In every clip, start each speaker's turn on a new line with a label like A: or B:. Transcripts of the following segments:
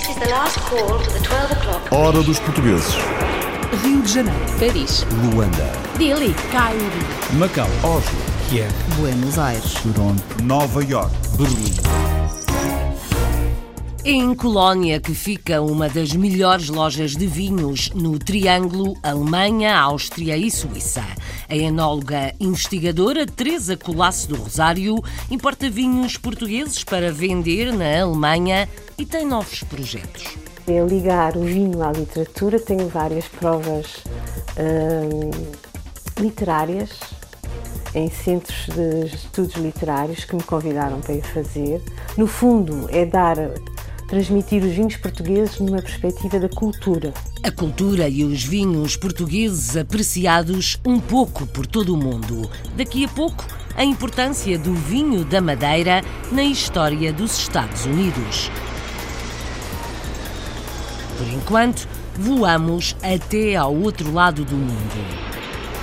A: is the last call for the 12 o'clock.
B: Hora dos portugueses.
C: Rio de Janeiro,
D: Paris,
B: Luanda,
C: Dili, Cairo,
E: Macau,
B: Oslo,
E: Kiev,
C: Buenos Aires,
B: Toronto, Nova York, Berlim.
F: É em Colónia que fica uma das melhores lojas de vinhos no Triângulo Alemanha, Áustria e Suíça. A enóloga investigadora Teresa Colasso do Rosário importa vinhos portugueses para vender na Alemanha e tem novos projetos.
G: É ligar o vinho à literatura. Tenho várias provas literárias em centros de estudos literários que me convidaram para ir fazer. No fundo, é transmitir os vinhos portugueses numa perspectiva da cultura.
F: A cultura e os vinhos portugueses apreciados um pouco por todo o mundo. Daqui a pouco, a importância do vinho da Madeira na história dos Estados Unidos. Por enquanto, voamos até ao outro lado do mundo.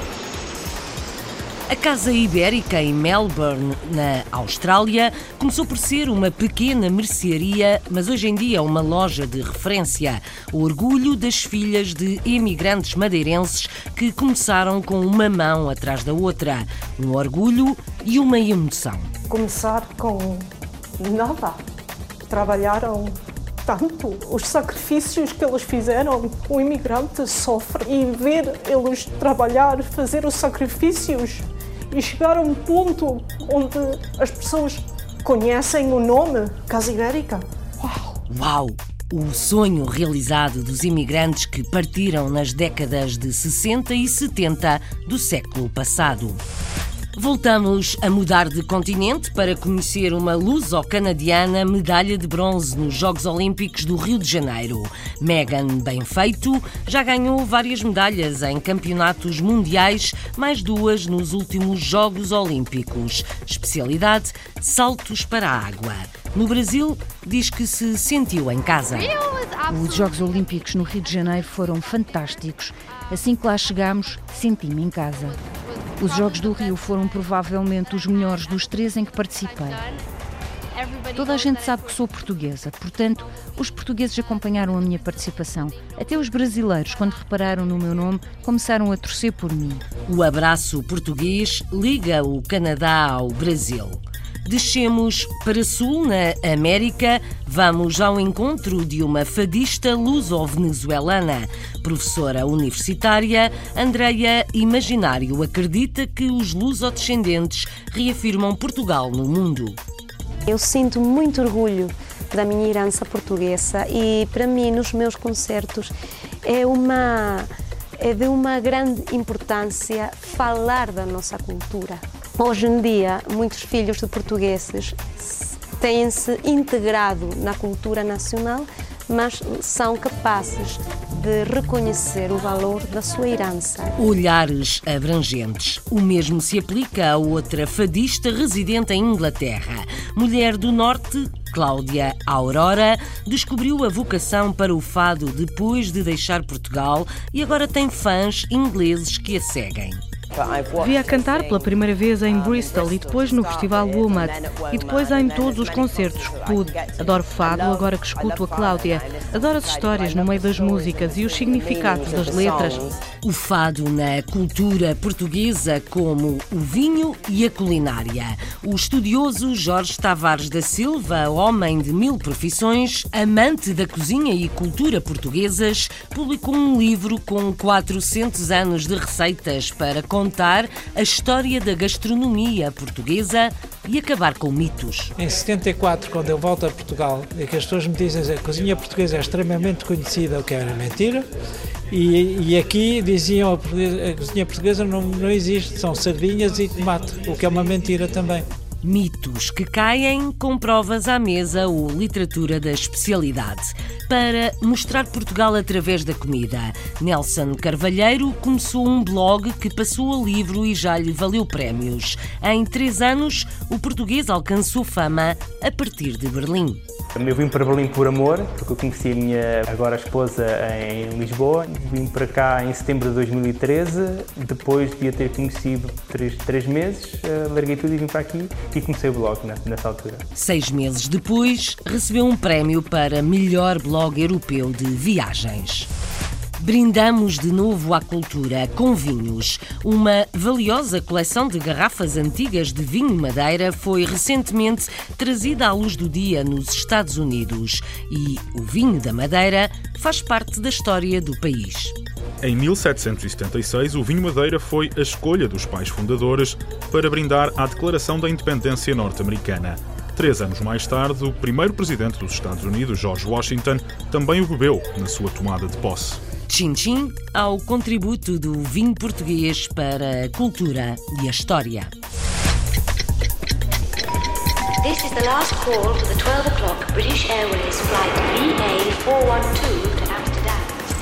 F: A Casa Ibérica em Melbourne, na Austrália, começou por ser uma pequena mercearia, mas hoje em dia é uma loja de referência. O orgulho das filhas de imigrantes madeirenses que começaram com uma mão atrás da outra. Um orgulho e uma emoção.
H: Começar com nada. Trabalharam tanto, os sacrifícios que eles fizeram, o imigrante sofre, e ver eles trabalhar, fazer os sacrifícios e chegar a um ponto onde as pessoas conhecem o nome Casa Ibérica.
F: Uau! O sonho realizado dos imigrantes que partiram nas décadas de 60 e 70 do século passado. Voltamos a mudar de continente para conhecer uma luso-canadiana medalha de bronze nos Jogos Olímpicos do Rio de Janeiro. Megan Benfeito já ganhou várias medalhas em campeonatos mundiais, mais 2 nos últimos Jogos Olímpicos. Especialidade: saltos para a água. No Brasil, diz que se sentiu em casa.
C: Os Jogos Olímpicos no Rio de Janeiro foram fantásticos. Assim que lá chegámos, senti-me em casa. Os Jogos do Rio foram provavelmente os melhores dos 3 em que participei. Toda a gente sabe que sou portuguesa, portanto, os portugueses acompanharam a minha participação. Até os brasileiros, quando repararam no meu nome, começaram a torcer por mim.
F: O abraço português liga o Canadá ao Brasil. Descemos para sul, na América, vamos ao encontro de uma fadista luso-venezuelana. Professora universitária, Andreia Imaginário acredita que os lusodescendentes reafirmam Portugal no mundo.
I: Eu sinto muito orgulho da minha herança portuguesa e, para mim, nos meus concertos, é de uma grande importância falar da nossa cultura. Hoje em dia, muitos filhos de portugueses têm-se integrado na cultura nacional, mas são capazes de reconhecer o valor da sua herança.
F: Olhares abrangentes. O mesmo se aplica a outra fadista residente em Inglaterra. Mulher do Norte, Cláudia Aurora, descobriu a vocação para o fado depois de deixar Portugal e agora tem fãs ingleses que a seguem.
J: Vi-a cantar pela primeira vez em Bristol e depois no Festival WOMAD e depois em todos os concertos que pude. Adoro fado agora que escuto a Cláudia. Adoro as histórias no meio das músicas e os significados das letras.
F: O fado na cultura portuguesa como o vinho e a culinária. O estudioso Jorge Tavares da Silva, homem de 1000 profissões, amante da cozinha e cultura portuguesas, publicou um livro com 400 anos de receitas para contar a história da gastronomia portuguesa e acabar com mitos.
E: Em 74, quando eu volto a Portugal, é que as pessoas me dizem que a cozinha portuguesa é extremamente conhecida, o que era mentira, e aqui diziam a cozinha portuguesa não existe, são sardinhas e tomate, o que é uma mentira também.
F: Mitos que caem com provas à mesa ou literatura da especialidade. Para mostrar Portugal através da comida, Nelson Carvalheiro começou um blog que passou a livro e já lhe valeu prémios. Em 3 anos, o português alcançou fama a partir de Berlim.
D: Eu vim para Berlim por amor, porque eu conheci a minha agora esposa em Lisboa. Vim para cá em setembro de 2013, depois de a ter conhecido 3 meses, larguei tudo e vim para aqui e comecei o blog nessa altura.
F: 6 meses depois, recebeu um prémio para melhor blog europeu de viagens. Brindamos de novo à cultura com vinhos. Uma valiosa coleção de garrafas antigas de vinho Madeira foi recentemente trazida à luz do dia nos Estados Unidos e o vinho da Madeira faz parte da história do país.
K: Em 1776, o vinho Madeira foi a escolha dos pais fundadores para brindar à Declaração da Independência norte-americana. 3 anos mais tarde, o primeiro presidente dos Estados Unidos, George Washington, também o bebeu na sua tomada de posse.
F: Tchim-tchim ao contributo do vinho português para a cultura e a história.
A: This is the last call for the 12 o'clock British Airways flight VA412 to Amsterdam.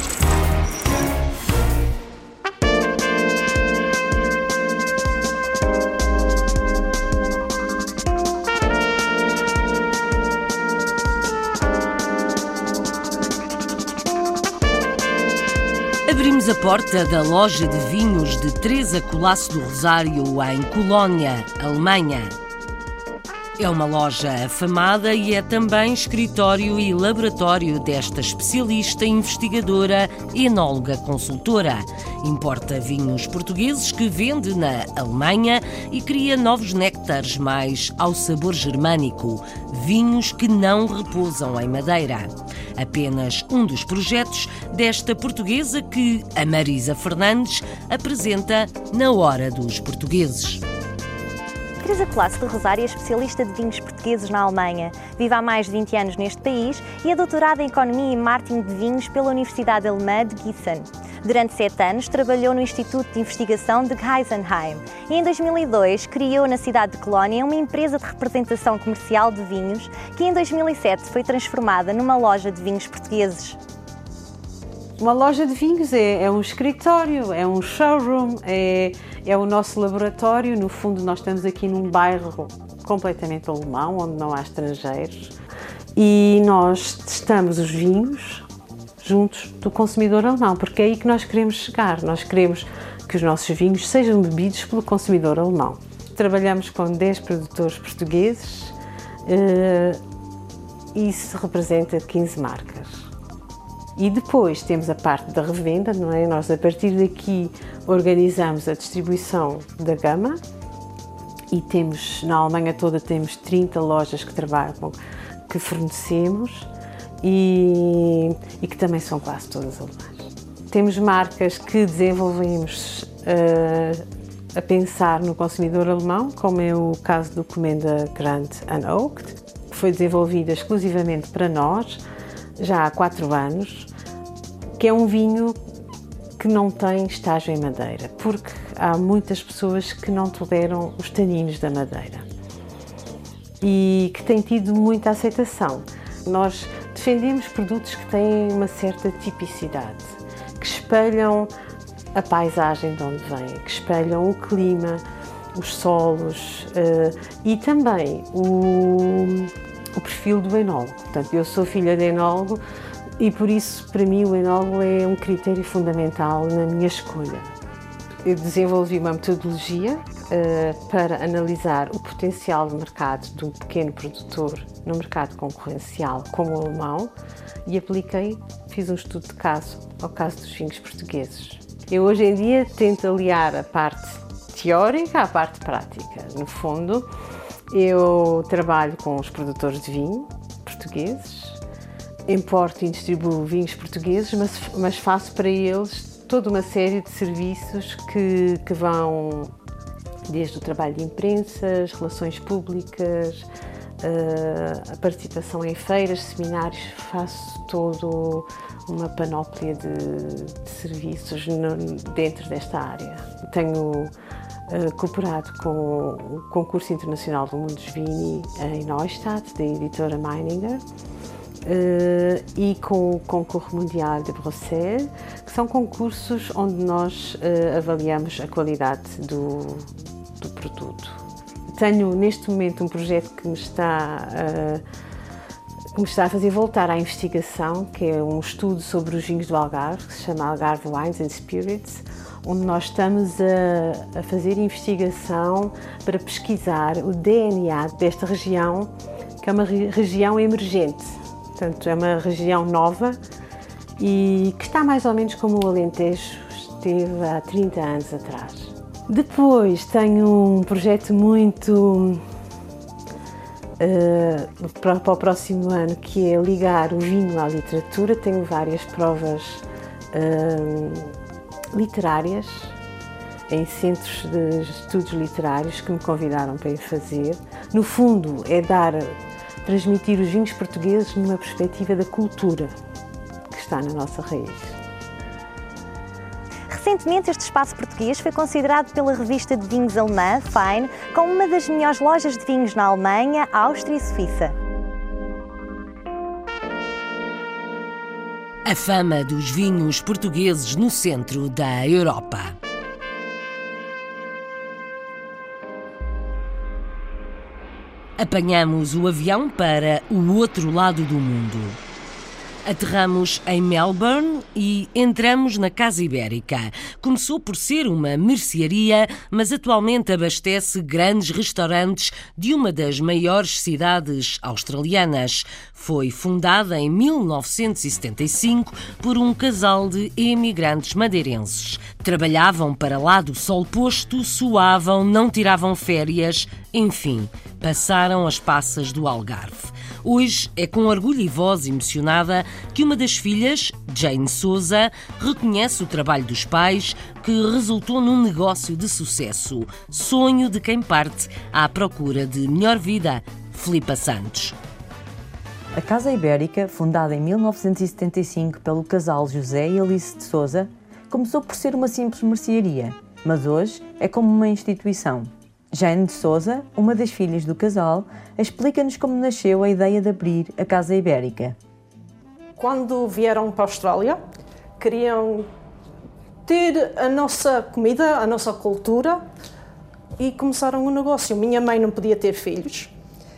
F: Abrimos a porta da loja de vinhos de Teresa Colasso do Rosário, em Colónia, Alemanha. É uma loja afamada e é também escritório e laboratório desta especialista investigadora e enóloga consultora. Importa vinhos portugueses que vende na Alemanha e cria novos néctares mais ao sabor germânico, vinhos que não repousam em madeira. Apenas um dos projetos desta portuguesa que a Marisa Fernandes apresenta na Hora dos Portugueses.
L: Teresa Colasso do Rosário é especialista de vinhos portugueses na Alemanha. Vive há mais de 20 anos neste país e é doutorada em Economia e Marketing de Vinhos pela Universidade Alemã de Gießen. Durante 7 anos trabalhou no Instituto de Investigação de Geisenheim e em 2002 criou na cidade de Colónia uma empresa de representação comercial de vinhos que em 2007 foi transformada numa loja de vinhos portugueses.
G: Uma loja de vinhos é um escritório, é um showroom, é o nosso laboratório. No fundo, nós estamos aqui num bairro completamente alemão, onde não há estrangeiros, e nós testamos os vinhos juntos do consumidor alemão, porque é aí que nós queremos chegar. Nós queremos que os nossos vinhos sejam bebidos pelo consumidor alemão. Trabalhamos com 10 produtores portugueses e isso representa 15 marcas. E depois temos a parte da revenda, não é? Nós, a partir daqui, organizamos a distribuição da gama e temos, na Alemanha toda, temos 30 lojas que trabalham, que fornecemos e que também são quase todas alemãs. Temos marcas que desenvolvemos a pensar no consumidor alemão, como é o caso do Comenda Grand Unoaked, que foi desenvolvida exclusivamente para nós, já há 4 anos, que é um vinho que não tem estágio em madeira, porque há muitas pessoas que não toleram os taninos da madeira e que tem tido muita aceitação. Nós defendemos produtos que têm uma certa tipicidade, que espelham a paisagem de onde vêm, que espelham o clima, os solos e também o perfil do enólogo. Portanto, eu sou filha de enólogo e por isso, para mim, o enólogo é um critério fundamental na minha escolha. Eu desenvolvi uma metodologia para analisar o potencial de mercado de um pequeno produtor no mercado concorrencial como o alemão e fiz um estudo de caso ao caso dos vinhos portugueses. Eu hoje em dia tento aliar a parte teórica à parte prática. No fundo, eu trabalho com os produtores de vinho portugueses, importo e distribuo vinhos portugueses, mas faço para eles toda uma série de serviços que vão desde o trabalho de imprensa, as relações públicas, a participação em feiras, seminários. Faço toda uma panóplia de serviços dentro desta área. Tenho cooperado com o Concurso Internacional do Mundus Vini em Neustadt, da editora Meininger, e com o Concurso Mundial de Bruxelas, que são concursos onde nós avaliamos a qualidade do produto. Tenho neste momento um projeto que me está Comecei a fazer voltar à investigação, que é um estudo sobre os vinhos do Algarve, que se chama Algarve Wines and Spirits, onde nós estamos a fazer investigação para pesquisar o DNA desta região, que é uma região emergente. Portanto, é uma região nova e que está mais ou menos como o Alentejo esteve há 30 anos atrás. Depois tenho um projeto muito para o próximo ano, que é ligar o vinho à literatura. Tenho várias provas literárias em centros de estudos literários que me convidaram para ir fazer. No fundo, é transmitir os vinhos portugueses numa perspectiva da cultura que está na nossa raiz.
L: Recentemente, este espaço português foi considerado pela revista de vinhos alemã, Fine, como uma das melhores lojas de vinhos na Alemanha, Áustria e Suíça.
F: A fama dos vinhos portugueses no centro da Europa. Apanhamos o avião para o outro lado do mundo. Aterramos em Melbourne e entramos na Casa Ibérica. Começou por ser uma mercearia, mas atualmente abastece grandes restaurantes de uma das maiores cidades australianas. Foi fundada em 1975 por um casal de imigrantes madeirenses. Trabalhavam para lá do sol posto, suavam, não tiravam férias, enfim, passaram as passas do Algarve. Hoje é com orgulho e voz emocionada que uma das filhas, Jane Sousa, reconhece o trabalho dos pais que resultou num negócio de sucesso, sonho de quem parte à procura de melhor vida. Filipa Santos.
M: A Casa Ibérica, fundada em 1975 pelo casal José e Alice de Sousa, começou por ser uma simples mercearia, mas hoje é como uma instituição. Jane de Sousa, uma das filhas do casal, explica-nos como nasceu a ideia de abrir a Casa Ibérica.
H: Quando vieram para a Austrália, queriam ter a nossa comida, a nossa cultura e começaram um negócio. Minha mãe não podia ter filhos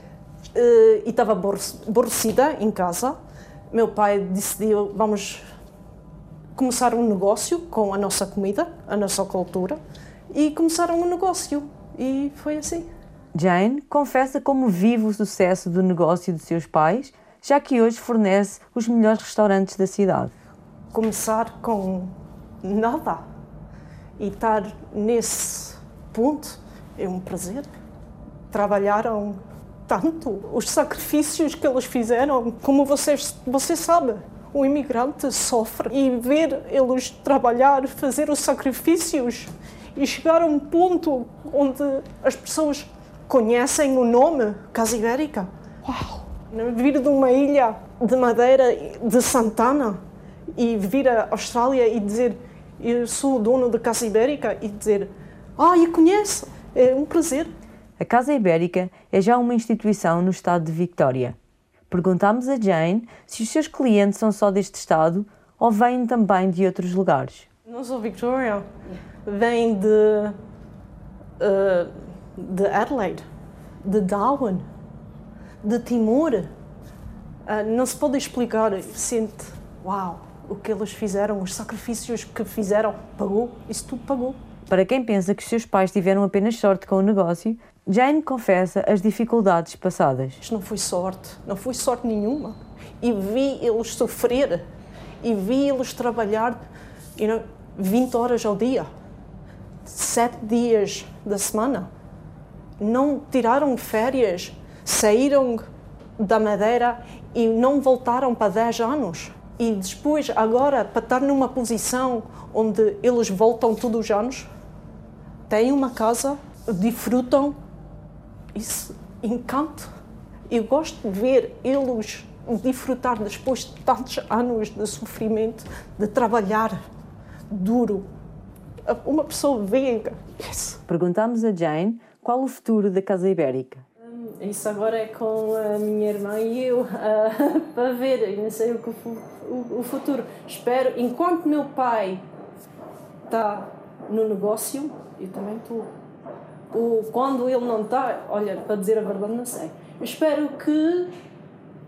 H: e estava aborrecida em casa. Meu pai decidiu, vamos começar um negócio com a nossa comida, a nossa cultura, e começaram um negócio. E foi assim.
M: Jane confessa como vive o sucesso do negócio de seus pais, já que hoje fornece os melhores restaurantes da cidade.
H: Começar com nada e estar nesse ponto é um prazer. Trabalharam tanto, os sacrifícios que eles fizeram, como você sabe, o imigrante sofre e ver eles trabalhar, fazer os sacrifícios e chegar a um ponto onde as pessoas conhecem o nome Casa Ibérica. Uau! Vir de uma ilha de madeira de Santana e vir à Austrália e dizer eu sou o dono da Casa Ibérica e dizer eu conheço, é um prazer.
M: A Casa Ibérica é já uma instituição no estado de Victoria. Perguntámos a Jane se os seus clientes são só deste estado ou vêm também de outros lugares.
H: Não sou Victoria. Vem de Adelaide, de Darwin, de Timor. Não se pode explicar. Sente, uau, o que eles fizeram, os sacrifícios que fizeram, pagou, isso tudo pagou.
M: Para quem pensa que os seus pais tiveram apenas sorte com o negócio, Jane confessa as dificuldades passadas.
H: Isto não foi sorte nenhuma. E vi eles sofrer, e vi eles trabalhar 20 horas ao dia. 7 dias da semana, não tiraram férias, saíram da Madeira e não voltaram para 10 anos. E depois, agora, para estar numa posição onde eles voltam todos os anos, têm uma casa, desfrutam, isso, encanto. Eu gosto de ver eles desfrutar depois de tantos anos de sofrimento, de trabalhar duro. Uma pessoa vê. Yes.
M: Perguntámos a Jane qual o futuro da Casa Ibérica.
H: Isso agora é com a minha irmã e eu para ver. Eu não sei o futuro. Espero, enquanto meu pai está no negócio, eu também estou. Quando ele não está, olha, para dizer a verdade, não sei. Eu espero que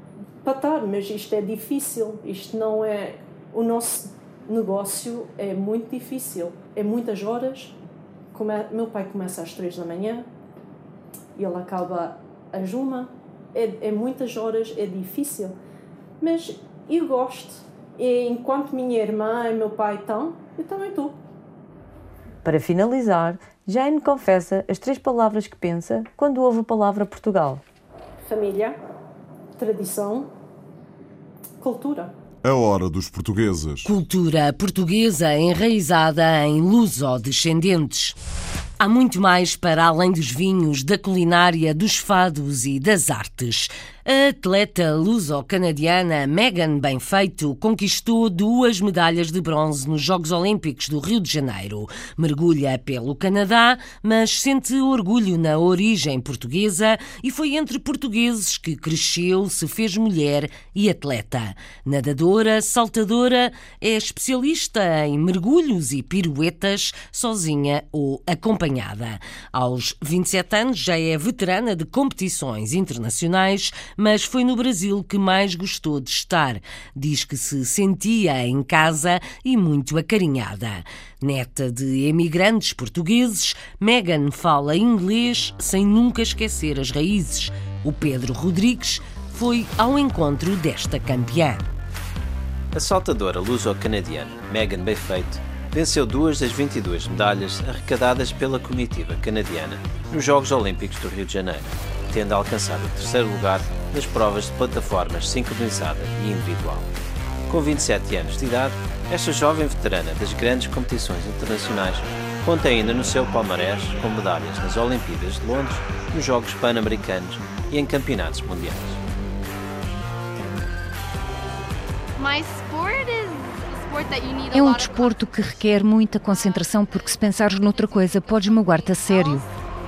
H: empatar, mas isto é difícil. Isto não é... O nosso negócio é muito difícil. É muitas horas. Meu pai começa às 3 da manhã e ele acaba às 1. É muitas horas, é difícil. Mas eu gosto. E enquanto minha irmã e meu pai estão, eu também estou.
M: Para finalizar, Jane confessa as 3 palavras que pensa quando ouve a palavra Portugal.
H: Família, tradição, cultura.
B: A hora dos portugueses.
F: Cultura portuguesa enraizada em luso-descendentes. Há muito mais para além dos vinhos, da culinária, dos fados e das artes. A atleta luso-canadiana Megan Benfeito conquistou 2 medalhas de bronze nos Jogos Olímpicos do Rio de Janeiro. Mergulha pelo Canadá, mas sente orgulho na origem portuguesa e foi entre portugueses que cresceu, se fez mulher e atleta. Nadadora, saltadora, é especialista em mergulhos e piruetas, sozinha ou acompanhada. Aos 27 anos já é veterana de competições internacionais, mas foi no Brasil que mais gostou de estar. Diz que se sentia em casa e muito acarinhada. Neta de emigrantes portugueses, Megan fala inglês sem nunca esquecer as raízes. O Pedro Rodrigues foi ao encontro desta campeã.
N: A saltadora luso-canadiana Megan Benfeito venceu 2 das 22 medalhas arrecadadas pela comitiva canadiana nos Jogos Olímpicos do Rio de Janeiro, tendo alcançado o 3º lugar nas provas de plataformas sincronizada e individual. Com 27 anos de idade, esta jovem veterana das grandes competições internacionais conta ainda no seu palmarés com medalhas nas Olimpíadas de Londres, nos Jogos Pan-Americanos e em campeonatos mundiais.
C: É um desporto que requer muita concentração, porque se pensares noutra coisa, podes magoar-te a sério.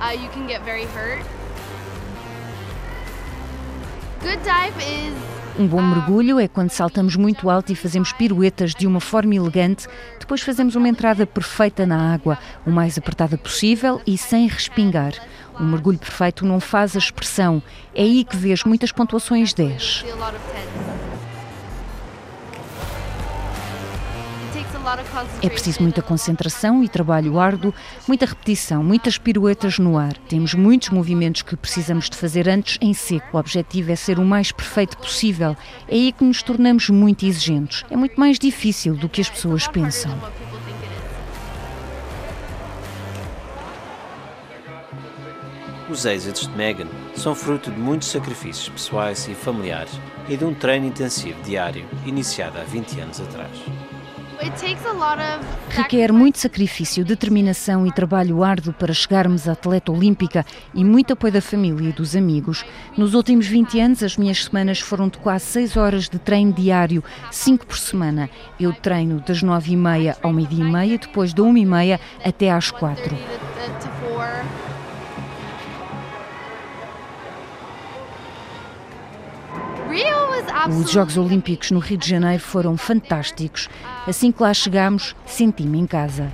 C: Um bom mergulho é quando saltamos muito alto e fazemos piruetas de uma forma elegante, depois fazemos uma entrada perfeita na água, o mais apertada possível e sem respingar. Um mergulho perfeito não faz a expressão, é aí que vês muitas pontuações 10. É preciso muita concentração e trabalho árduo, muita repetição, muitas piruetas no ar. Temos muitos movimentos que precisamos de fazer antes em seco. O objetivo é ser o mais perfeito possível. É aí que nos tornamos muito exigentes. É muito mais difícil do que as pessoas pensam.
N: Os êxitos de Megan são fruto de muitos sacrifícios pessoais e familiares e de um treino intensivo diário iniciado há 20 anos atrás.
C: Requer muito sacrifício, determinação e trabalho árduo para chegarmos à atleta olímpica e muito apoio da família e dos amigos. Nos últimos 20 anos, as minhas semanas foram de quase 6 horas de treino diário, 5 por semana. Eu treino das 9h30 ao meio-dia e meia, depois da 1h30 até às 4. Os Jogos Olímpicos no Rio de Janeiro foram fantásticos. Assim que lá chegámos, senti-me em casa.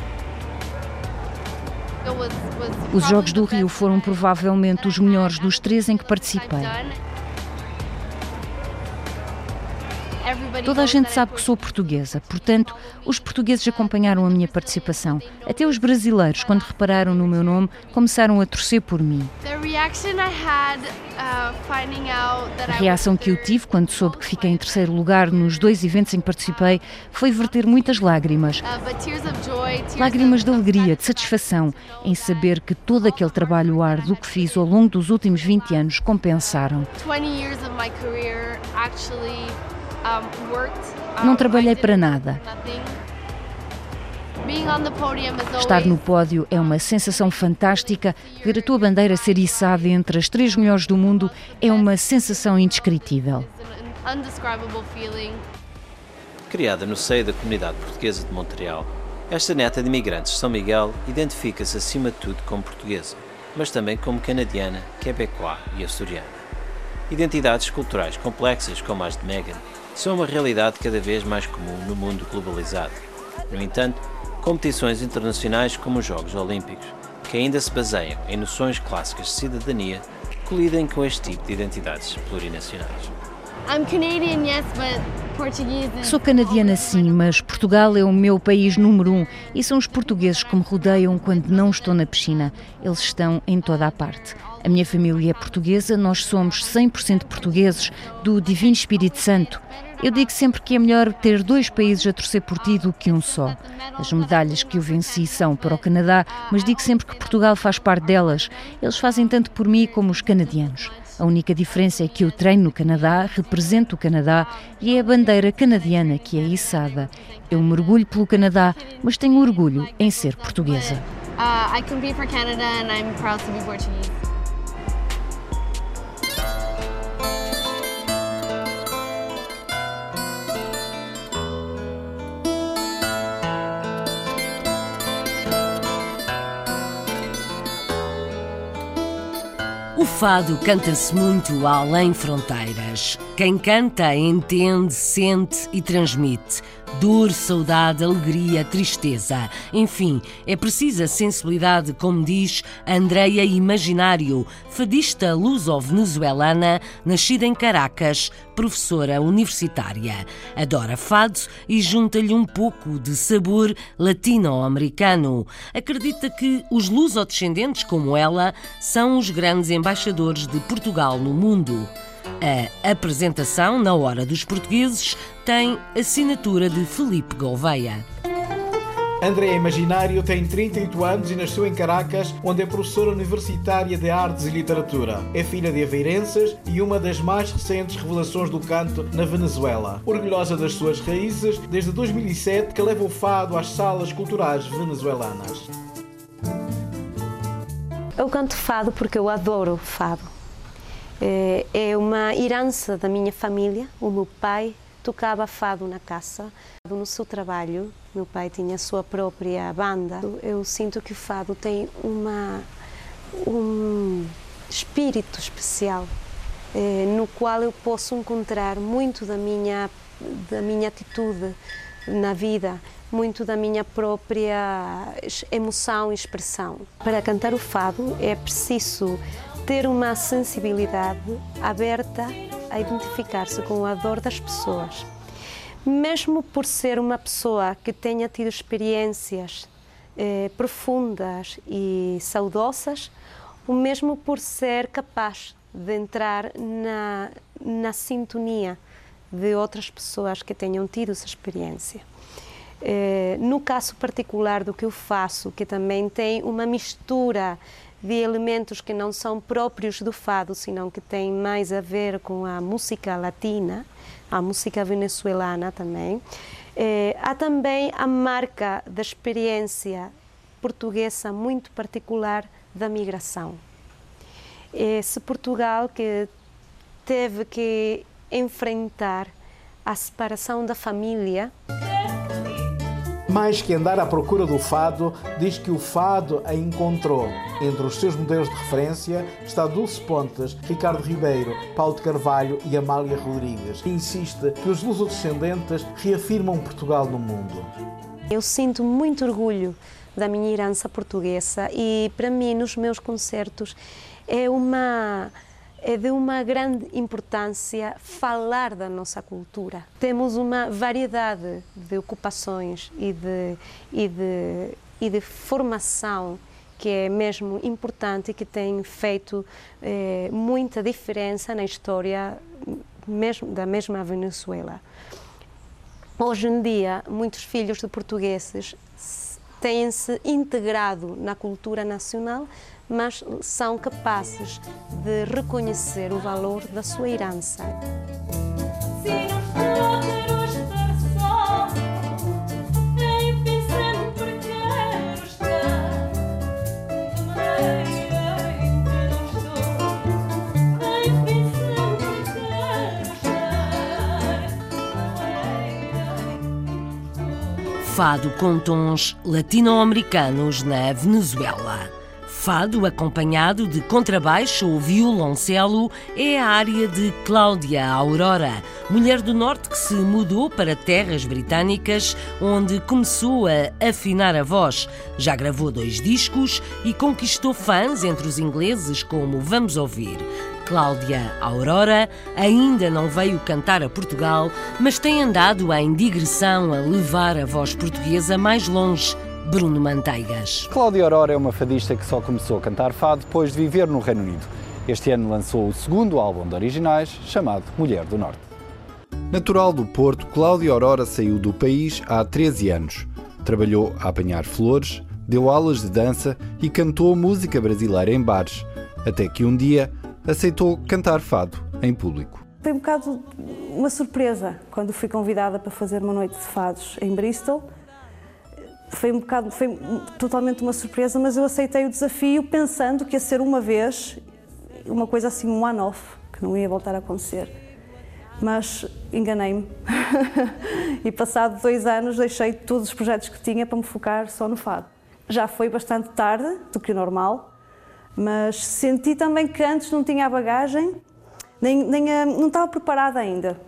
C: Os Jogos do Rio foram provavelmente os melhores dos 3 em que participei. Toda a gente sabe que sou portuguesa, portanto, os portugueses acompanharam a minha participação. Até os brasileiros, quando repararam no meu nome, começaram a torcer por mim. A reação que eu tive quando soube que fiquei em 3º lugar nos 2 eventos em que participei foi verter muitas lágrimas. Lágrimas de alegria, de satisfação, em saber que todo aquele trabalho árduo que fiz ao longo dos últimos 20 anos compensaram. Não trabalhei para nada. Estar no pódio é uma sensação fantástica. Ver a tua bandeira ser içada entre as 3 melhores do mundo é uma sensação indescritível.
N: Criada no seio da comunidade portuguesa de Montreal, esta neta de imigrantes de São Miguel identifica-se acima de tudo como portuguesa, mas também como canadiana, quebecois e açoriana. Identidades culturais complexas como as de Megan são uma realidade cada vez mais comum no mundo globalizado. No entanto, competições internacionais como os Jogos Olímpicos, que ainda se baseiam em noções clássicas de cidadania, colidem com este tipo de identidades plurinacionais.
O: I'm Canadian, yes, but Portuguese is...
C: Sou canadiana sim, mas Portugal é o meu país número 1 e são os portugueses que me rodeiam quando não estou na piscina. Eles estão em toda a parte. A minha família é portuguesa, nós somos 100% portugueses, do Divino Espírito Santo. Eu digo sempre que é melhor ter 2 países a torcer por ti do que um só. As medalhas que eu venci são para o Canadá, mas digo sempre que Portugal faz parte delas. Eles fazem tanto por mim como os canadianos. A única diferença é que eu treino no Canadá, represento o Canadá e é a bandeira canadiana que é içada. Eu mergulho pelo Canadá, mas tenho orgulho em ser portuguesa.
O: I compete for Canada and I'm proud to be Portuguese.
F: O fado canta-se muito além fronteiras. Quem canta entende, sente e transmite. Dor, saudade, alegria, tristeza. Enfim, é precisa sensibilidade, como diz Andreia Imaginário, fadista luso-venezuelana, nascida em Caracas, professora universitária. Adora fado e junta-lhe um pouco de sabor latino-americano. Acredita que os lusodescendentes, como ela, são os grandes embaixadores de Portugal no mundo. A apresentação, na Hora dos Portugueses, tem assinatura de Felipe Gouveia.
P: Andreia Imaginário tem 38 anos e nasceu em Caracas, onde é professora universitária de Artes e Literatura. É filha de aveirenses e uma das mais recentes revelações do canto na Venezuela. Orgulhosa das suas raízes, desde 2007 que leva o fado às salas culturais venezuelanas.
I: Eu canto fado porque eu adoro fado. É uma herança da minha família. O meu pai tocava fado na casa. No seu trabalho, meu pai tinha a sua própria banda. Eu sinto que o fado tem um espírito especial, no qual eu posso encontrar muito da minha atitude na vida, muito da minha própria emoção e expressão. Para cantar o fado é preciso ter uma sensibilidade aberta a identificar-se com a dor das pessoas. Mesmo por ser uma pessoa que tenha tido experiências profundas e saudosas, ou mesmo por ser capaz de entrar na sintonia de outras pessoas que tenham tido essa experiência. No caso particular do que eu faço, que também tem uma mistura de elementos que não são próprios do fado, senão que têm mais a ver com a música latina, a música venezuelana também. Há também a marca da experiência portuguesa muito particular da migração. Esse Portugal que teve que enfrentar a separação da família.
P: Mais que andar à procura do fado, diz que o fado a encontrou. Entre os seus modelos de referência está Dulce Pontes, Ricardo Ribeiro, Paulo de Carvalho e Amália Rodrigues. E insiste que os lusodescendentes reafirmam Portugal no mundo.
I: Eu sinto muito orgulho da minha herança portuguesa e, para mim, nos meus concertos, é de uma grande importância falar da nossa cultura. Temos uma variedade de ocupações e de formação que é mesmo importante e que tem feito muita diferença na história da mesma Venezuela. Hoje em dia, muitos filhos de portugueses têm-se integrado na cultura nacional, mas são capazes de reconhecer o valor da sua herança.
F: Fado com tons latino-americanos na Venezuela. Fado acompanhado de contrabaixo ou violoncelo é a área de Cláudia Aurora, mulher do Norte que se mudou para terras britânicas, onde começou a afinar a voz. Já gravou 2 discos e conquistou fãs entre os ingleses, como vamos ouvir. Cláudia Aurora ainda não veio cantar a Portugal, mas tem andado em digressão a levar a voz portuguesa mais longe. Bruno Manteigas.
Q: Cláudia Aurora é uma fadista que só começou a cantar fado depois de viver no Reino Unido. Este ano lançou o segundo álbum de originais, chamado Mulher do Norte. Natural do Porto, Cláudia Aurora saiu do país há 13 anos. Trabalhou a apanhar flores, deu aulas de dança e cantou música brasileira em bares, até que um dia aceitou cantar fado em público.
R: Foi um bocado uma surpresa quando fui convidada para fazer uma noite de fados em Bristol. Foi totalmente uma surpresa, mas eu aceitei o desafio pensando que ia ser uma vez, uma coisa assim, um one-off, que não ia voltar a acontecer. Mas enganei-me e passado 2 anos deixei todos os projetos que tinha para me focar só no fado. Já foi bastante tarde do que o normal, mas senti também que antes não tinha a bagagem, não estava preparada ainda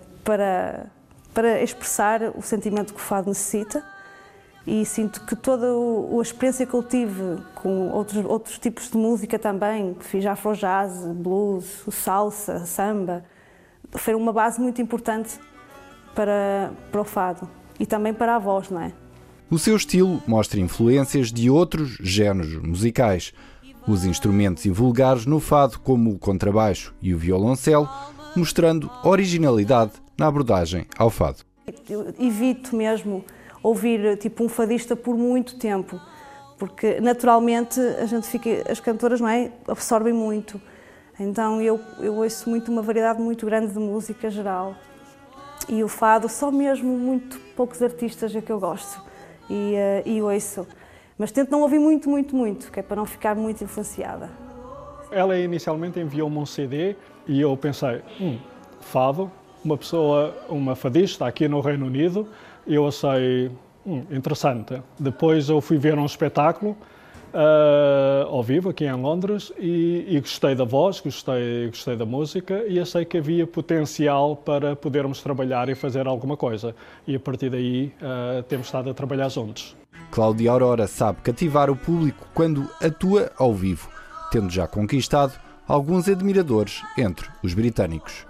R: para expressar o sentimento que o fado necessita, e sinto que toda a experiência que eu tive com outros tipos de música também, fiz afro-jazz, blues, salsa, samba, foi uma base muito importante para o fado e também para a voz, não é?
Q: O seu estilo mostra influências de outros géneros musicais. Os instrumentos invulgares no fado, como o contrabaixo e o violoncelo, mostrando originalidade na abordagem ao fado.
R: Eu evito mesmo ouvir um fadista por muito tempo, porque naturalmente as cantoras, não é, absorvem muito. Então eu ouço uma variedade muito grande de música geral. E o fado, só mesmo muito poucos artistas é que eu gosto e ouço. Mas tento não ouvir muito, que é para não ficar muito influenciada.
S: Ela inicialmente enviou-me um CD e eu pensei, fado, uma fadista aqui no Reino Unido, eu achei interessante. Depois eu fui ver um espetáculo ao vivo aqui em Londres e gostei da voz, gostei da música e achei que havia potencial para podermos trabalhar e fazer alguma coisa. E a partir daí temos estado a trabalhar juntos.
Q: Cláudia Aurora sabe cativar o público quando atua ao vivo, tendo já conquistado alguns admiradores entre os britânicos.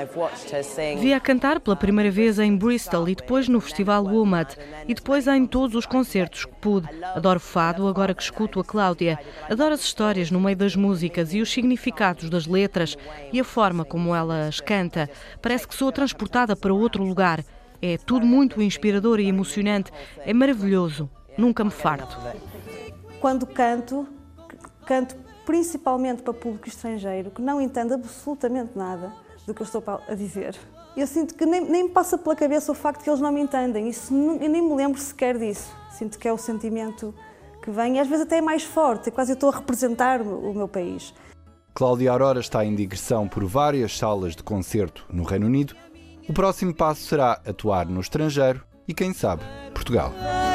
J: Vi-a cantar pela primeira vez em Bristol e depois no Festival WOMAD e depois em todos os concertos que pude. Adoro fado agora que escuto a Cláudia. Adoro as histórias no meio das músicas e os significados das letras e a forma como ela as canta. Parece que sou transportada para outro lugar. É tudo muito inspirador e emocionante. É maravilhoso. Nunca me farto.
R: Quando canto principalmente para público estrangeiro que não entende absolutamente nada do que eu estou a dizer. Eu sinto que nem me passa pela cabeça o facto que eles não me entendem. Eu nem me lembro sequer disso. Sinto que é o sentimento que vem e às vezes até é mais forte. É quase eu estou a representar o meu país.
Q: Cláudia Aurora está em digressão por várias salas de concerto no Reino Unido. O próximo passo será atuar no estrangeiro e, quem sabe, Portugal.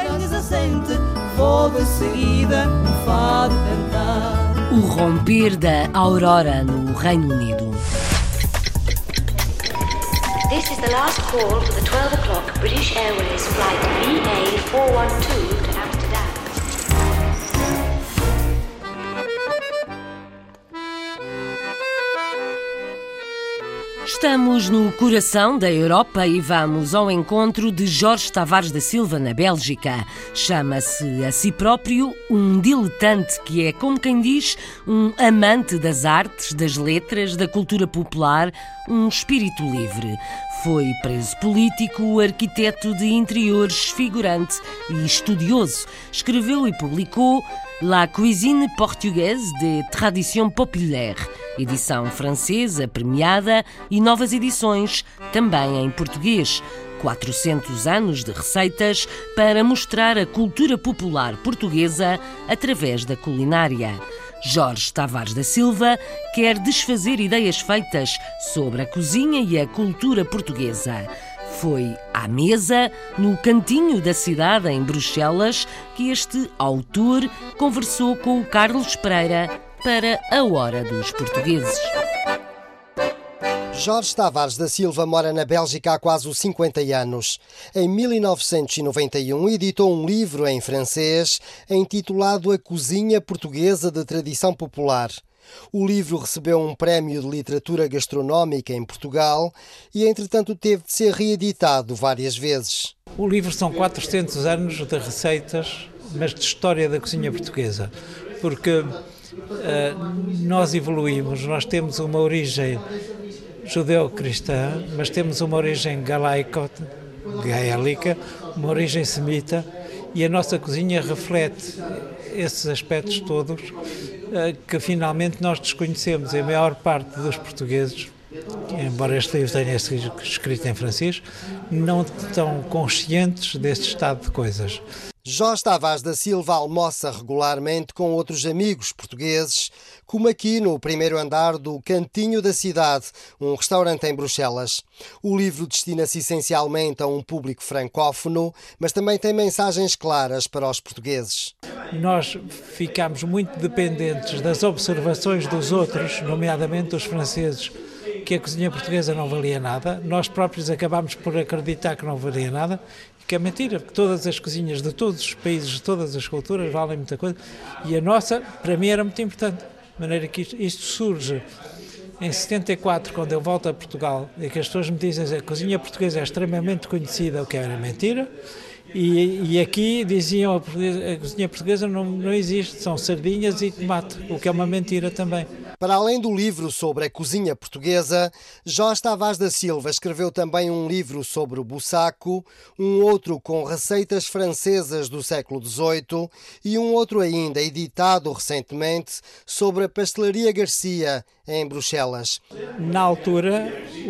F: O romper da aurora no Reino Unido.
A: This is the last call for the 12 o'clock British Airways flight VA412 to Amsterdam.
F: Estamos no coração da Europa e vamos ao encontro de Jorge Tavares da Silva, na Bélgica. Chama-se a si próprio um diletante, que é, como quem diz, um amante das artes, das letras, da cultura popular, um espírito livre. Foi preso político, arquiteto de interiores, figurante e estudioso. Escreveu e publicou La cuisine portugaise de tradition populaire, edição francesa premiada e novas edições também em português. 400 anos de receitas para mostrar a cultura popular portuguesa através da culinária. Jorge Tavares da Silva quer desfazer ideias feitas sobre a cozinha e a cultura portuguesa. Foi à mesa, no cantinho da cidade, em Bruxelas, que este autor conversou com o Carlos Pereira para a Hora dos Portugueses.
T: Jorge Tavares da Silva mora na Bélgica há quase 50 anos. Em 1991 editou um livro em francês intitulado A Cozinha Portuguesa de Tradição Popular. O livro recebeu um prémio de literatura gastronómica em Portugal e, entretanto, teve de ser reeditado várias vezes.
E: O livro são 400 anos de receitas, mas de história da cozinha portuguesa, porque nós evoluímos, nós temos uma origem judeu-cristã, mas temos uma origem gaélica, uma origem semita, e a nossa cozinha reflete esses aspectos todos que finalmente nós desconhecemos. A maior parte dos portugueses, embora este livro tenha sido escrito em francês, não estão conscientes deste estado de coisas.
T: Jorge Tavares da Silva almoça regularmente com outros amigos portugueses, como aqui no primeiro andar do Cantinho da Cidade, um restaurante em Bruxelas. O livro destina-se essencialmente a um público francófono, mas também tem mensagens claras para os portugueses.
E: Nós ficámos muito dependentes das observações dos outros, nomeadamente dos franceses, que a cozinha portuguesa não valia nada. Nós próprios acabámos por acreditar que não valia nada, que é mentira, porque todas as cozinhas de todos os países, de todas as culturas, valem muita coisa, e a nossa, para mim, era muito importante. De maneira que isto surge em 74, quando eu volto a Portugal, e que as pessoas me dizem que a cozinha portuguesa é extremamente conhecida, o que era mentira, e aqui diziam que a cozinha portuguesa não existe, são sardinhas e tomate, o que é uma mentira também.
T: Para além do livro sobre a cozinha portuguesa, Jorge Tavares da Silva escreveu também um livro sobre o Bussaco, um outro com receitas francesas do século XVIII e um outro ainda, editado recentemente, sobre a pastelaria Garcia, em Bruxelas.
E: Na altura,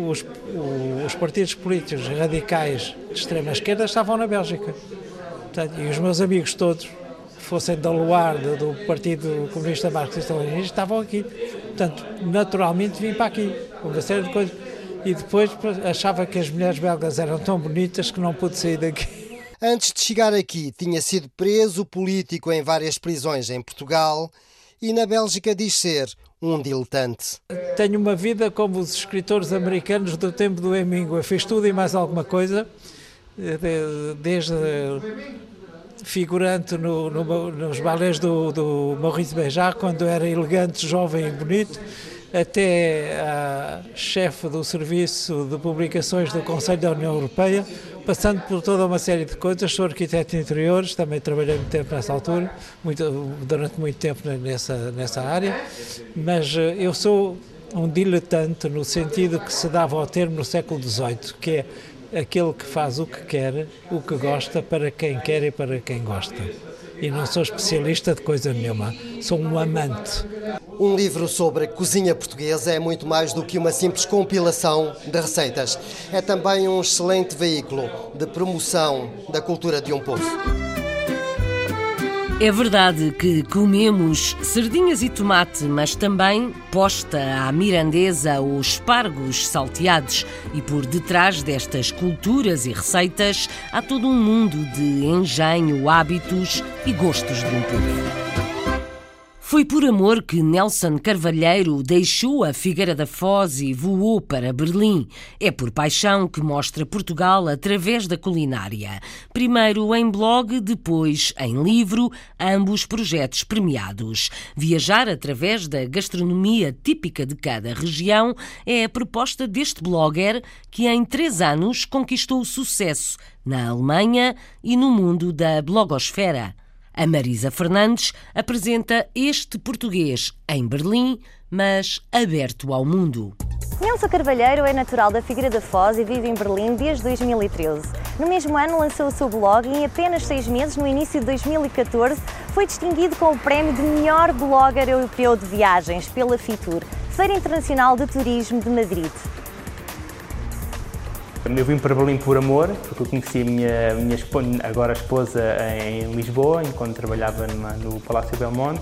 E: os partidos políticos radicais de extrema-esquerda estavam na Bélgica. Portanto, e os meus amigos todos, fossem da Luar, do Partido Comunista Marxista-Leninista, estavam aqui. Portanto, naturalmente vim para aqui, com uma série de coisas. E depois achava que as mulheres belgas eram tão bonitas que não pude sair daqui.
T: Antes de chegar aqui, tinha sido preso político em várias prisões em Portugal e na Bélgica diz ser um diletante.
E: Tenho uma vida como os escritores americanos do tempo do Hemingway. Fiz tudo e mais alguma coisa, desde figurante nos balés do Maurice Béjart, quando era elegante, jovem e bonito, até a chefe do Serviço de Publicações do Conselho da União Europeia, passando por toda uma série de coisas. Sou arquiteto de interiores, também trabalhei muito tempo nessa altura, durante muito tempo nessa área, mas eu sou um diletante no sentido que se dava ao termo no século XVIII, que é aquele que faz o que quer, o que gosta, para quem quer e para quem gosta. E não sou especialista de coisa nenhuma, sou um amante.
T: Um livro sobre a cozinha portuguesa é muito mais do que uma simples compilação de receitas. É também um excelente veículo de promoção da cultura de um povo.
F: É verdade que comemos sardinhas e tomate, mas também posta à mirandesa ou espargos salteados. E por detrás destas culturas e receitas há todo um mundo de engenho, hábitos e gostos de um povo. Foi por amor que Nelson Carvalheiro deixou a Figueira da Foz e voou para Berlim. É por paixão que mostra Portugal através da culinária. Primeiro em blog, depois em livro, ambos projetos premiados. Viajar através da gastronomia típica de cada região é a proposta deste blogger que em 3 anos conquistou o sucesso na Alemanha e no mundo da blogosfera. A Marisa Fernandes apresenta este português em Berlim, mas aberto ao mundo.
L: Nelson Carvalheiro é natural da Figueira da Foz e vive em Berlim desde 2013. No mesmo ano lançou o seu blog e em apenas 6 meses, no início de 2014, foi distinguido com o prémio de melhor blogger europeu de viagens pela FITUR, Feira Internacional de Turismo de Madrid.
D: Eu vim para Berlim por amor, porque eu conheci a minha agora esposa em Lisboa, enquanto trabalhava no Palácio Belmonte,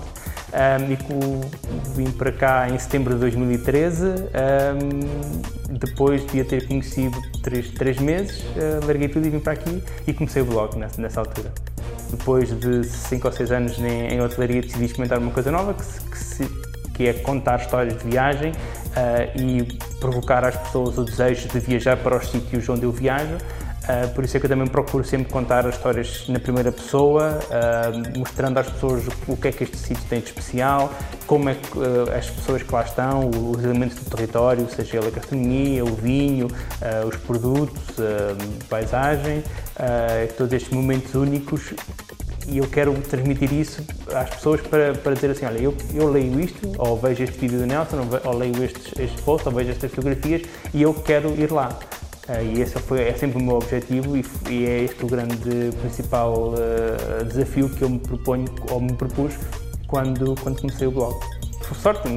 D: e vim para cá em setembro de 2013, depois de a ter conhecido 3 meses, larguei tudo e vim para aqui e comecei o blog nessa altura. Depois de 5 ou 6 anos em hotelaria, decidi experimentar uma coisa nova, que é contar histórias de viagem e provocar às pessoas o desejo de viajar para os sítios onde eu viajo. Por isso é que eu também procuro sempre contar as histórias na primeira pessoa, mostrando às pessoas o que é que este sítio tem de especial, como é que as pessoas que lá estão, os elementos do território, seja ele a gastronomia, o vinho, os produtos, a paisagem, todos estes momentos únicos. E eu quero transmitir isso às pessoas para dizer assim, olha, eu leio isto, ou vejo este vídeo do Nelson, ou leio este post, ou vejo estas fotografias e eu quero ir lá. E esse é sempre o meu objetivo e é este o grande principal desafio que eu me proponho, ou me propus, quando comecei o blog. Por sorte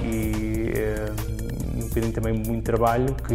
D: e um bocadinho também muito trabalho, que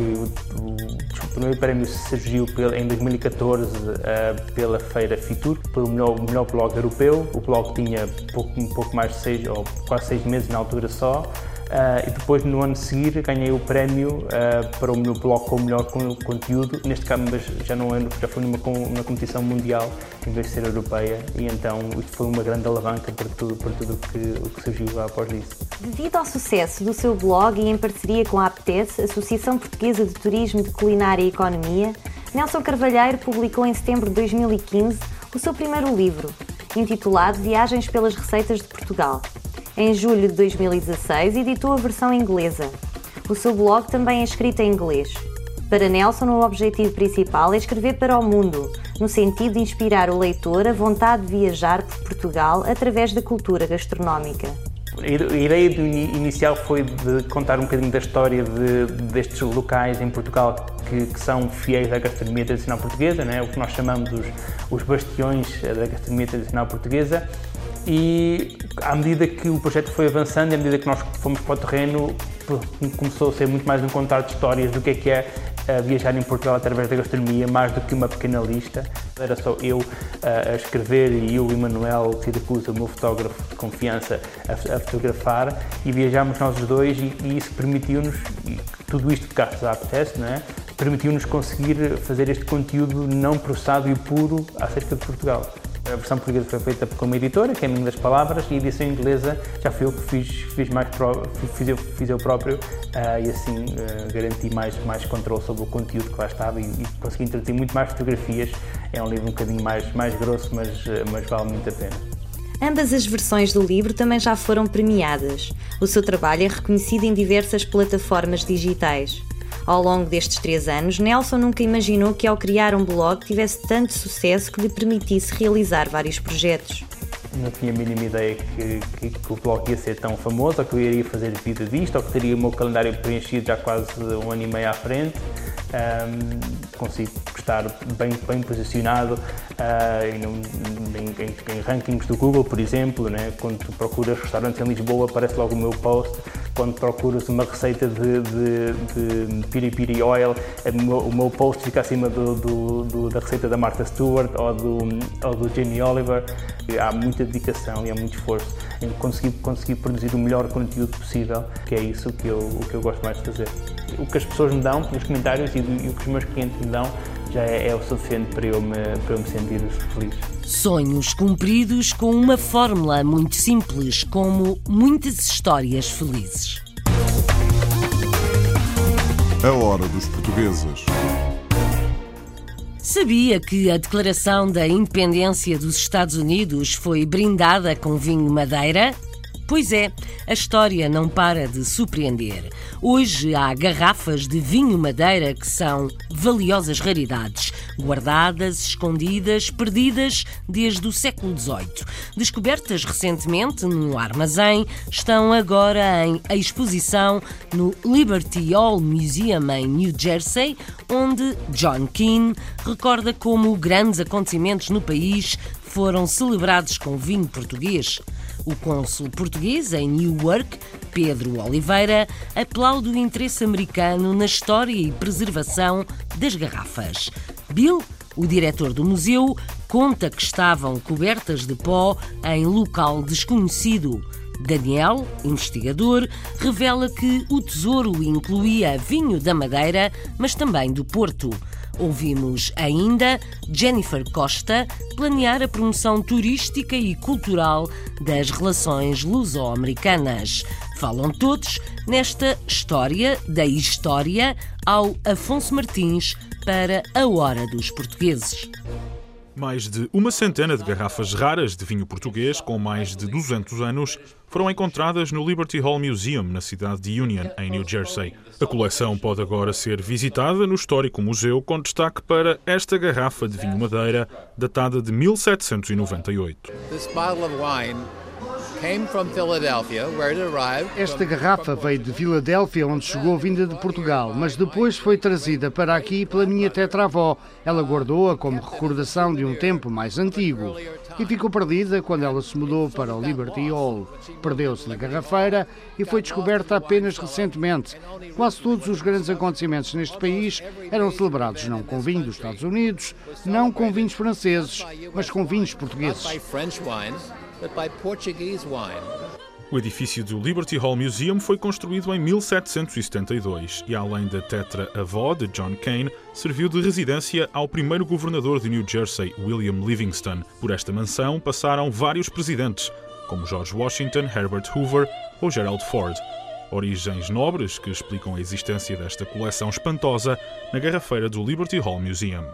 D: o primeiro prémio surgiu em 2014 pela Feira Fitur, pelo melhor blog europeu. O blog tinha um pouco mais de 6 ou quase 6 meses na altura só. E depois, no ano a seguir, ganhei o prémio para o meu blog com o melhor conteúdo, neste caso, mas já foi numa competição mundial, em vez de ser europeia, e então isto foi uma grande alavanca para tudo o que surgiu após isso.
L: Devido ao sucesso do seu blog e em parceria com a APTES, Associação Portuguesa de Turismo de Culinária e Economia, Nelson Carvalheiro publicou em setembro de 2015 o seu primeiro livro, intitulado Viagens pelas Receitas de Portugal. Em julho de 2016, editou a versão inglesa. O seu blog também é escrito em inglês. Para Nelson, o objetivo principal é escrever para o mundo, no sentido de inspirar o leitor a vontade de viajar por Portugal através da cultura gastronómica.
D: A ideia inicial foi de contar um bocadinho da história destes locais em Portugal que são fiéis à gastronomia tradicional portuguesa, né? O que nós chamamos os bastiões da gastronomia tradicional portuguesa. E à medida que o projeto foi avançando e à medida que nós fomos para o terreno, começou a ser muito mais um contar de histórias do que é viajar em Portugal através da gastronomia, mais do que uma pequena lista. Era só eu a escrever e eu e Manuel Siracusa, o meu fotógrafo de confiança, a fotografar, e viajámos nós os dois e isso permitiu-nos, tudo isto de graças à APTES, não é? Permitiu-nos conseguir fazer este conteúdo não processado e puro acerca de Portugal. A versão portuguesa foi feita por uma editora, que é Caminho das Palavras, e a edição inglesa já fui eu que fiz eu próprio, e assim garanti mais controle sobre o conteúdo que lá estava e consegui introduzir muito mais fotografias. É um livro um bocadinho mais grosso, mas vale muito a pena.
L: Ambas as versões do livro também já foram premiadas. O seu trabalho é reconhecido em diversas plataformas digitais. Ao longo destes 3 anos, Nelson nunca imaginou que ao criar um blog tivesse tanto sucesso que lhe permitisse realizar vários projetos.
D: Não tinha a mínima ideia que o blog ia ser tão famoso, ou que eu iria fazer vida disto, ou que teria o meu calendário preenchido já quase 1 ano e meio à frente. Consigo estar bem posicionado em rankings do Google, por exemplo, né? Quando tu procuras restaurantes em Lisboa, aparece logo o meu post. Quando procuras uma receita de piri-piri oil, o meu post fica acima da receita da Martha Stewart ou do Jamie Oliver. Há muita dedicação e há muito esforço em conseguir produzir o melhor conteúdo possível, que é isso que eu gosto mais de fazer. O que as pessoas me dão nos comentários e o que os meus clientes me dão já é o suficiente para eu me sentir feliz.
F: Sonhos cumpridos com uma fórmula muito simples, como muitas histórias felizes.
B: A hora dos portugueses.
F: Sabia que a Declaração da Independência dos Estados Unidos foi brindada com vinho Madeira? Pois é, a história não para de surpreender. Hoje há garrafas de vinho Madeira que são valiosas raridades, guardadas, escondidas, perdidas desde o século XVIII. Descobertas recentemente num armazém, estão agora em exposição no Liberty Hall Museum em New Jersey, onde John Keane recorda como grandes acontecimentos no país foram celebrados com vinho português. O cônsul português em Newark, Pedro Oliveira, aplaude o interesse americano na história e preservação das garrafas. Bill, o diretor do museu, conta que estavam cobertas de pó em local desconhecido. Daniel, investigador, revela que o tesouro incluía vinho da Madeira, mas também do Porto. Ouvimos ainda Jennifer Costa planear a promoção turística e cultural das relações luso-americanas. Falam todos nesta História da História ao Afonso Martins para a Hora dos Portugueses.
K: Mais de uma centena de garrafas raras de vinho português com mais de 200 anos foram encontradas no Liberty Hall Museum, na cidade de Union, em New Jersey. A coleção pode agora ser visitada no histórico museu, com destaque para esta garrafa de vinho madeira, datada de 1798.
U: Esta garrafa veio de Filadélfia, onde chegou vinda de Portugal, mas depois foi trazida para aqui pela minha tetravó. Ela guardou-a como recordação de um tempo mais antigo e ficou perdida quando ela se mudou para o Liberty Hall. Perdeu-se na garrafeira e foi descoberta apenas recentemente. Quase todos os grandes acontecimentos neste país eram celebrados não com vinho dos Estados Unidos, não com vinhos franceses, mas com vinhos portugueses.
K: O edifício do Liberty Hall Museum foi construído em 1772 e, além da tetra-avó de John Kane, serviu de residência ao primeiro governador de New Jersey, William Livingston. Por esta mansão passaram vários presidentes, como George Washington, Herbert Hoover ou Gerald Ford. Origens nobres que explicam a existência desta coleção espantosa na garrafeira do Liberty Hall Museum.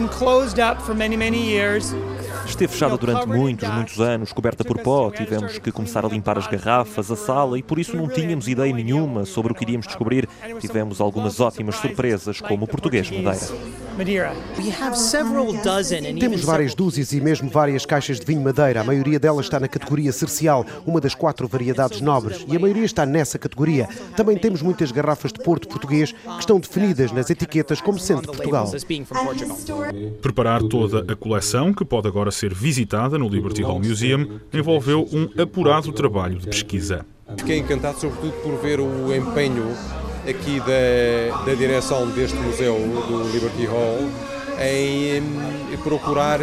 V: Esteve fechada durante muitos anos, coberta por pó. Tivemos que começar a limpar as garrafas, a sala, e por isso não tínhamos ideia nenhuma sobre o que iríamos descobrir. Tivemos algumas ótimas surpresas, como o português Madeira.
W: Temos várias dúzias e mesmo várias caixas de vinho Madeira. A maioria delas está na categoria Cercial, uma das 4 variedades nobres, e a maioria está nessa categoria. Também temos muitas garrafas de Porto português que estão definidas nas etiquetas como sendo de Portugal.
K: Preparar toda a coleção, que pode agora ser visitada no Liberty Hall Museum, envolveu um apurado trabalho de pesquisa.
X: Fiquei encantado, sobretudo, por ver o empenho aqui da direção deste museu do Liberty Hall em procurar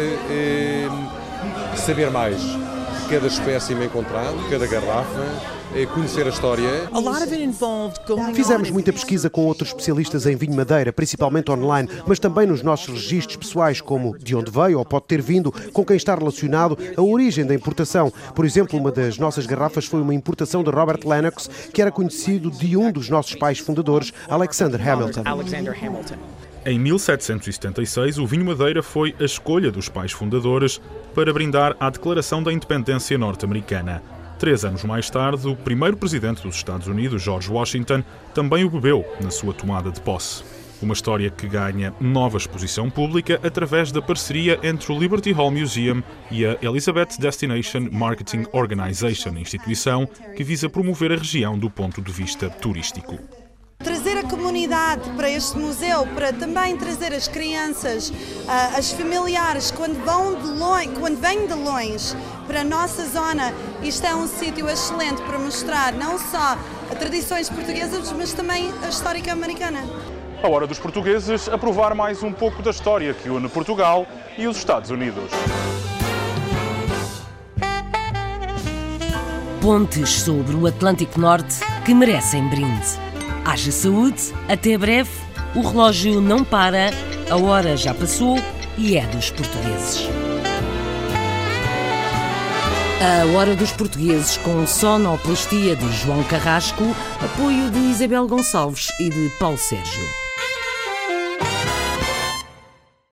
X: saber mais de cada espécime encontrado, de cada garrafa, conhecer a história.
W: Fizemos muita pesquisa com outros especialistas em vinho Madeira, principalmente online, mas também nos nossos registros pessoais, como de onde veio ou pode ter vindo, com quem está relacionado, a origem da importação. Por exemplo, uma das nossas garrafas foi uma importação de Robert Lennox, que era conhecido de um dos nossos pais fundadores, Alexander Hamilton.
K: Em 1776, o vinho Madeira foi a escolha dos pais fundadores para brindar à Declaração da Independência norte-americana. 3 anos mais tarde, o primeiro presidente dos Estados Unidos, George Washington, também o bebeu na sua tomada de posse. Uma história que ganha nova exposição pública através da parceria entre o Liberty Hall Museum e a Elizabeth Destination Marketing Organization, instituição que visa promover a região do ponto de vista turístico.
Y: Trazer a comunidade para este museu, para também trazer as crianças, as familiares, quando vêm de longe para a nossa zona, isto é um sítio excelente para mostrar não só as tradições portuguesas, mas também a história americana.
K: A Hora dos Portugueses, a provar mais um pouco da história que une Portugal e os Estados Unidos.
F: Pontes sobre o Atlântico Norte que merecem brinde. Haja saúde, até breve, o relógio não para, a hora já passou e é dos portugueses. A Hora dos Portugueses com sonoplastia de João Carrasco, apoio de Isabel Gonçalves e de Paulo Sérgio.